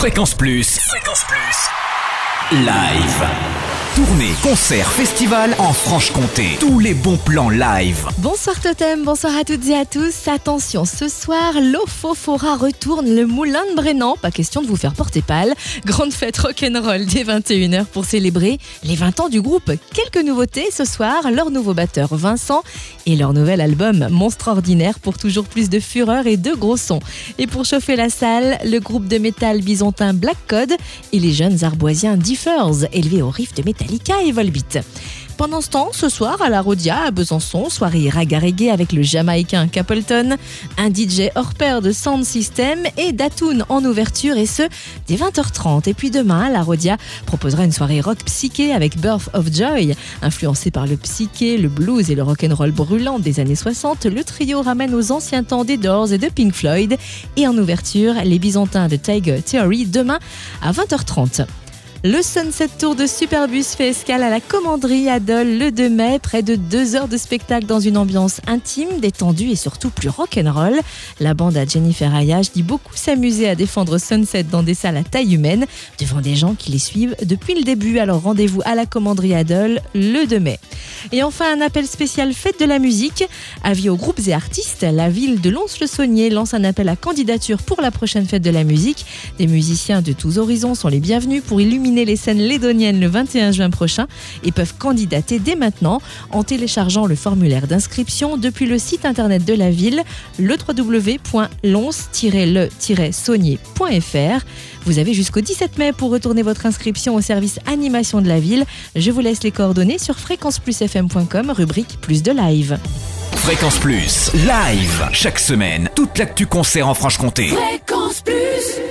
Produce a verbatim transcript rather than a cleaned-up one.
Fréquence Plus. Fréquence Plus. Live. Tournée, concert, festival en Franche-Comté. Tous les bons plans live. Bonsoir Totem, bonsoir à toutes et à tous. Attention, ce soir, l'Ofofora retourne le Moulin de Brennan. Pas question de vous faire porter pâle. Grande fête rock'n'roll dès vingt et une heures pour célébrer les vingt ans du groupe. Quelques nouveautés ce soir, leur nouveau batteur Vincent et leur nouvel album Monstre Ordinaire pour toujours plus de fureur et de gros sons. Et pour chauffer la salle, le groupe de métal bisontin Black Code et les jeunes arboisiens Differs, élevés au riff de Metallica et Volbeat. Pendant ce temps, ce soir, à la Rodia, à Besançon, soirée raga reggae avec le Jamaïcain Capleton, un D J hors pair de Sound System et Datoon en ouverture, et ce, dès vingt heures trente. Et puis demain, la Rodia proposera une soirée rock psyché avec Birth of Joy. Influencé par le psyché, le blues et le rock'n'roll brûlant des années soixante, le trio ramène aux anciens temps des Doors et de Pink Floyd. Et en ouverture, les Byzantins de Tiger Theory, demain à vingt heures trente. Le Sunset Tour de Superbus fait escale à la Commanderie à Dole le deux mai. Près de deux heures de spectacle dans une ambiance intime, détendue et surtout plus rock'n'roll. La bande à Jennifer Ayash dit beaucoup s'amuser à défendre Sunset dans des salles à taille humaine, devant des gens qui les suivent depuis le début. Alors rendez-vous à la Commanderie à Dole le deux mai. Et enfin, un appel spécial fête de la musique. Avis aux groupes et artistes, la ville de Lons-le-Saunier lance un appel à candidature pour la prochaine fête de la musique. Des musiciens de tous horizons sont les bienvenus pour illuminer les scènes lédoniennes le vingt et un juin prochain et peuvent candidater dès maintenant en téléchargeant le formulaire d'inscription depuis le site internet de la ville, le w w w point lons tiret le tiret saunier point f r. Vous avez jusqu'au dix-sept mai pour retourner votre inscription au service animation de la ville. Je vous laisse les coordonnées sur fréquence plus f m point com, rubrique plus de live. Fréquence Plus, live. Chaque semaine, toute l'actu concert en Franche-Comté. Fréquence Plus.